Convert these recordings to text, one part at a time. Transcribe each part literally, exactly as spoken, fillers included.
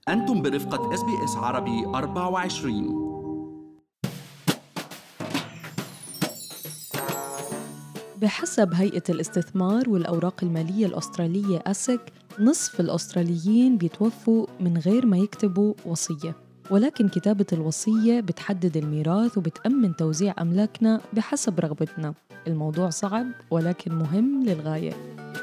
أنتم برفقة إس بي إس عربي أربعة وعشرين. بحسب هيئة الاستثمار والأوراق المالية الأسترالية أسك، نصف الأستراليين بيتوفوا من غير ما يكتبوا وصية، ولكن كتابة الوصية بتحدد الميراث وبتأمن توزيع أملاكنا بحسب رغبتنا. الموضوع صعب ولكن مهم للغاية.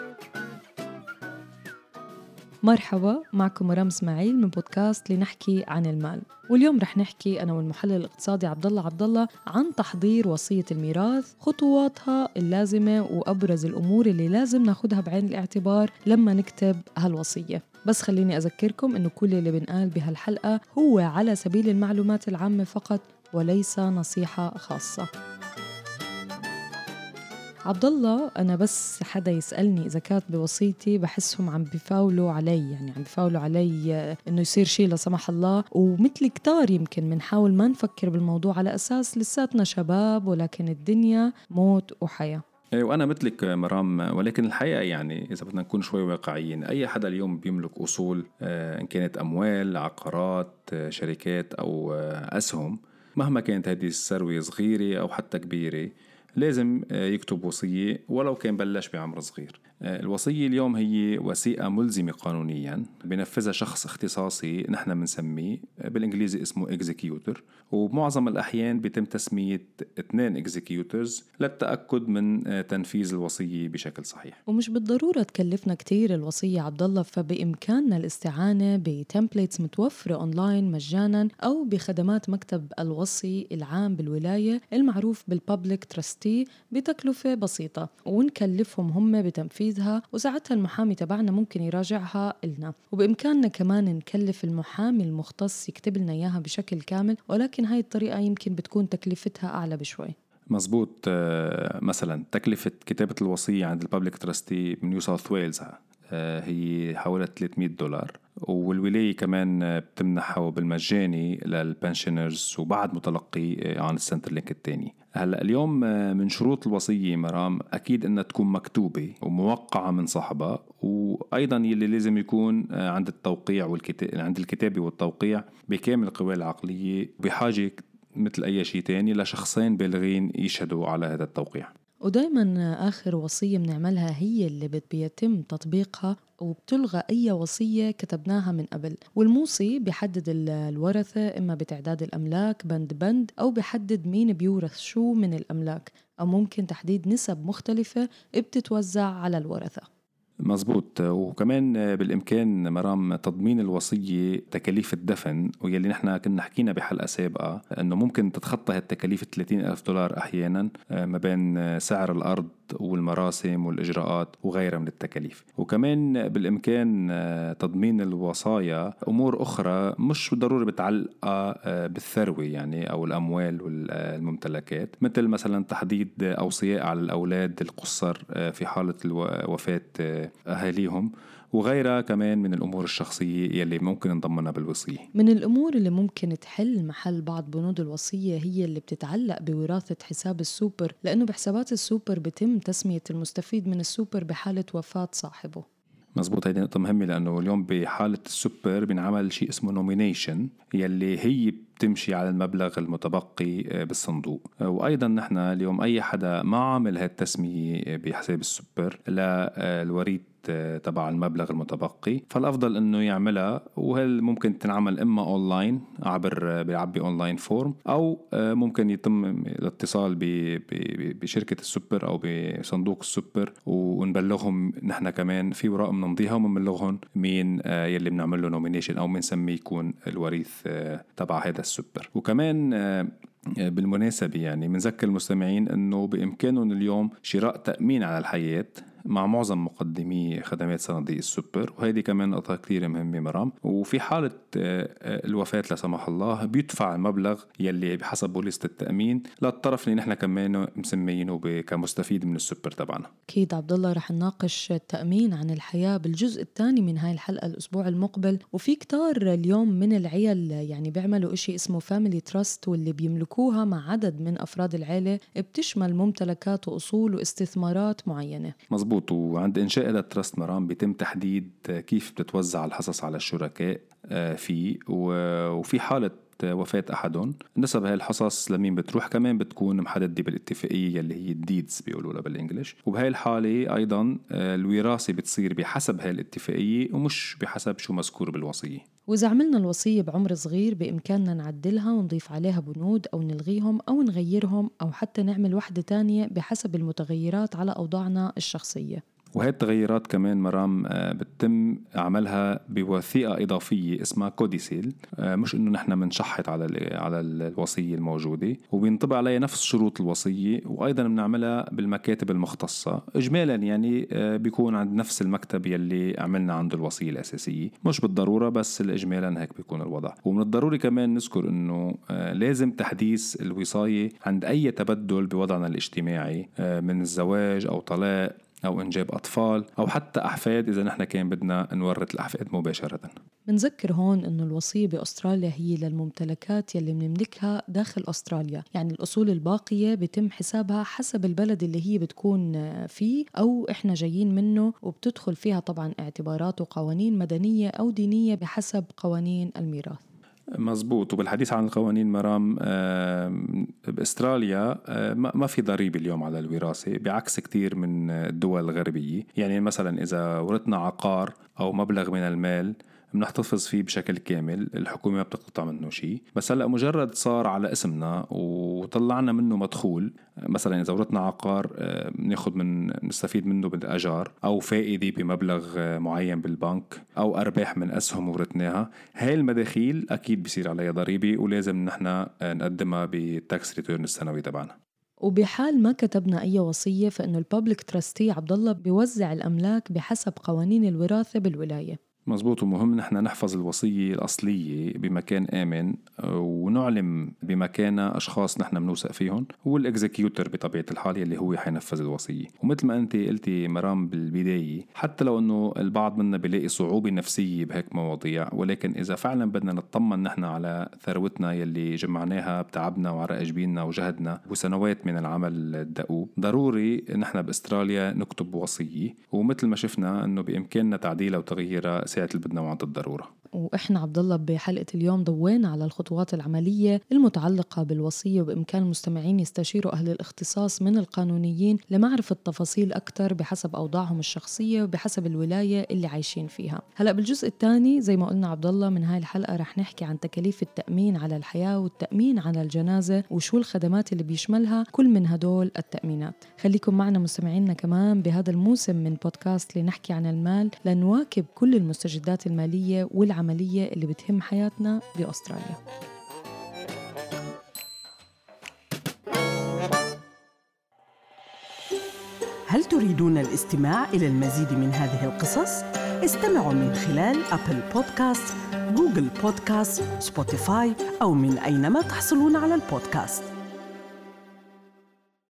مرحبا، معكم مرام اسماعيل من بودكاست لنحكي عن المال، واليوم رح نحكي أنا والمحلل الاقتصادي عبدالله عبدالله عن تحضير وصية الميراث، خطواتها اللازمة وأبرز الأمور اللي لازم ناخدها بعين الاعتبار لما نكتب هالوصية. بس خليني أذكركم إنه كل اللي بنقال بهالحلقة هو على سبيل المعلومات العامة فقط وليس نصيحة خاصة. عبدالله، أنا بس حدا يسألني إذا كانت بوصيتي بحسهم عم بفاولوا علي، يعني عم بفاولوا علي إنه يصير شيء لا سمح الله، ومثل كتار يمكن منحاول ما نفكر بالموضوع على أساس لساتنا شباب، ولكن الدنيا موت وحياة. وأنا مثلك مرام، ولكن الحقيقة يعني إذا بدنا نكون شوي واقعيين، أي حدا اليوم بيملك أصول إن كانت أموال، عقارات، شركات أو أسهم، مهما كانت هذه الثروة صغيرة أو حتى كبيرة، لازم يكتب وصية ولو كان بلش بعمر صغير. الوصية اليوم هي وثيقة ملزمة قانونيا بنفذها شخص اختصاصي نحن بنسميه بالإنجليزي اسمه executor، وبمعظم الأحيان بيتم تسمية اثنين executors للتأكد من تنفيذ الوصية بشكل صحيح. ومش بالضرورة تكلفنا كتير الوصية عبدالله، فبإمكاننا الاستعانة بتمبليتس متوفرة أونلاين مجانا أو بخدمات مكتب الوصي العام بالولاية المعروف بالبابليك تراستي بتكلفة بسيطة، ونكلفهم هم بتنفيذ وساعتها المحامي تبعنا ممكن يراجعها لنا. وبإمكاننا كمان نكلف المحامي المختص يكتب لنا إياها بشكل كامل، ولكن هاي الطريقة يمكن بتكون تكلفتها أعلى بشوي. مزبوط. مثلا تكلفة كتابة الوصية عند البابليك تراستي من نيو ساوث ويلز هي حوالي ثلاثمية دولار، والولاية كمان بتمنحه بالمجاني للبنشنرز وبعد متلقي عن السنتر لينك التاني. هلأ اليوم من شروط الوصية مرام أكيد أنها تكون مكتوبة وموقعة من صاحبها، وأيضا يلي لازم يكون عند التوقيع والكتاب عند الكتابة والتوقيع بكامل القوى العقلية، بحاجة مثل أي شيء تاني لشخصين بالغين يشهدوا على هذا التوقيع. ودايما آخر وصية بنعملها هي اللي بيتم تطبيقها، وبتلغى أي وصية كتبناها من قبل. والموصي بيحدد الورثة إما بتعداد الأملاك بند بند، أو بيحدد مين بيورث شو من الأملاك، أو ممكن تحديد نسب مختلفة بتتوزع على الورثة. مزبوط. وكمان بالإمكان مرام تضمين الوصية تكاليف الدفن، ويلي نحن كنا حكينا بحلقة سابقة أنه ممكن تتخطى هالتكاليف ثلاثين ألف دولار أحيانا ما بين سعر الأرض والمراسم والإجراءات وغيرها من التكاليف. وكمان بالإمكان تضمين الوصايا أمور أخرى مش ضروري بتعلق بالثروة يعني أو الأموال والممتلكات، مثل مثلا تحديد أوصياء على الأولاد القصر في حالة وفاة أهاليهم، وغيرها كمان من الأمور الشخصية يلي ممكن نضمنها بالوصية. من الأمور اللي ممكن تحل محل بعض بنود الوصية هي اللي بتتعلق بوراثة حساب السوبر، لأنه بحسابات السوبر بتم تسمية المستفيد من السوبر بحالة وفاة صاحبه. مزبوط. هذه نقطة مهمة، لأنه اليوم بحالة السوبر بنعمل شيء اسمه نومينيشن يلي هي بتمشي على المبلغ المتبقي بالصندوق. وأيضا نحن اليوم أي حدا ما عامل هالتسمية بحساب السوبر للوريث تبع المبلغ المتبقي، فالأفضل أنه يعملها، وهل ممكن تنعمل إما أونلاين عبر بيعبي أونلاين فورم، أو ممكن يتم الاتصال بشركة السوبر أو بصندوق السوبر ونبلغهم نحن كمان في وراء بنمضيها ومنبلغهم مين يلي بنعمل له نومينيشن أو بنسميه يكون الوريث تبع هذا السوبر. وكمان بالمناسبة يعني منذكر المستمعين أنه بإمكانهم اليوم شراء تأمين على الحياة مع معظم مقدمي خدمات صناديق السوبر، وهذه كمان نقطة كثير مهمة مرام. وفي حالة الوفاة لا سمح الله بيدفع المبلغ يلي بحسب بوليصة التأمين للطرف اللي نحن كمان مسمينه كمستفيد من السوبر تبعنا. أكيد عبدالله رح نناقش التأمين عن الحياة بالجزء الثاني من هاي الحلقة الأسبوع المقبل. وفي كتار اليوم من العيال يعني بيعملوا إشي اسمه فاميلي تراست، واللي بيملكوها مع عدد من أفراد العيلة، بتشمل ممتلكات وأصول واستثمارات معينة. مزبوط. مزبوط. وعند إنشاء هذا التراست مرام بيتم تحديد كيف بتتوزع الحصص على الشركاء فيه، وفي حالة وفاة أحدهم نسب هاي الحصص لمين بتروح كمان بتكون محددة بالاتفاقية اللي هي الديدز بيقولوا لها بالإنجليش. وبهاي الحالة أيضا الوراثة بتصير بحسب هاي الاتفاقية ومش بحسب شو مذكور بالوصية. وإذا عملنا الوصية بعمر صغير بإمكاننا نعدلها ونضيف عليها بنود أو نلغيهم أو نغيرهم أو حتى نعمل واحدة تانية بحسب المتغيرات على أوضاعنا الشخصية. وهي التغيرات كمان مرام بتتم عملها بوثيقة إضافية اسمها كوديسيل، مش إنه نحن منشحط على على الوصية الموجودة، وبينطبق عليها نفس شروط الوصية، وأيضا بنعملها بالمكاتب المختصة إجمالا، يعني بيكون عند نفس المكتب يلي عملنا عنده الوصية الأساسية، مش بالضرورة بس إجمالا هيك بيكون الوضع. ومن الضروري كمان نذكر إنه لازم تحديث الوصاية عند أي تبدل بوضعنا الاجتماعي من الزواج أو طلاق أو إنجاب أطفال أو حتى أحفاد إذا نحن كان بدنا نورث الأحفاد مباشرة. بنذكر هون إنه الوصية بأستراليا هي للممتلكات يلي بنملكها داخل أستراليا، يعني الأصول الباقية بيتم حسابها حسب البلد اللي هي بتكون فيه أو إحنا جايين منه، وبتدخل فيها طبعا اعتبارات وقوانين مدنية أو دينية بحسب قوانين الميراث. مزبوط. وبالحديث عن القوانين مرام، بأستراليا ما في ضريبة اليوم على الوراثة بعكس كتير من الدول الغربية. يعني مثلا إذا ورثنا عقار أو مبلغ من المال بنحتفظ فيه بشكل كامل، الحكومة ما بتقطع منه شيء. بس هلأ مجرد صار على اسمنا وطلعنا منه مدخول، مثلا إذا ورثنا عقار ناخد من نستفيد منه بالأجار أو فائدة بمبلغ معين بالبنك أو أرباح من أسهم ورثناها، هاي المداخيل أكيد بيصير عليها ضريبة ولازم نحن نقدمها بالتاكس ريتيرن السنوي تبعنا. وبحال ما كتبنا أي وصية فإنه البابليك تراستي عبدالله بيوزع الأملاك بحسب قوانين الوراثة بالولاية. مزبوط. ومهم نحن نحفظ الوصية الأصلية بمكان آمن ونعلم بمكانها أشخاص نحن منوثق فيهم، والإكزيكيوتر بطبيعة الحال اللي هو حينفذ الوصية. ومثل ما أنت قلتي مرام بالبداية، حتى لو أنه البعض منا بيلاقي صعوبة نفسية بهيك مواضيع، ولكن إذا فعلا بدنا نطمن نحن على ثروتنا يلي جمعناها بتعبنا وعرق جبيننا وجهدنا وسنوات من العمل الدؤوب، ضروري نحن بأستراليا نكتب وصية، ومثل ما شفنا أنه بإمكاننا تعديلها وتغييرها ساعة اللي بدنا وعند الضرورة. وإحنا عبدالله بحلقة اليوم ضوينا على الخطوات العملية المتعلقة بالوصية، وبإمكان المستمعين يستشيروا أهل الاختصاص من القانونيين لمعرفة تفاصيل أكتر بحسب أوضاعهم الشخصية وبحسب الولاية اللي عايشين فيها. هلأ بالجزء الثاني زي ما قلنا عبدالله من هاي الحلقة رح نحكي عن تكاليف التأمين على الحياة والتأمين على الجنازة وشو الخدمات اللي بيشملها كل من هدول التأمينات. خليكم معنا مستمعينا كمان بهذا الموسم من بودكاست لنحكي عن المال لنواكب كل المستجدات المالية والعملية اللي بتهم حياتنا بأستراليا. هل تريدون الاستماع إلى المزيد من هذه القصص؟ استمعوا من خلال أبل بودكاست، جوجل بودكاست، سبوتيفاي أو من أينما تحصلون على البودكاست.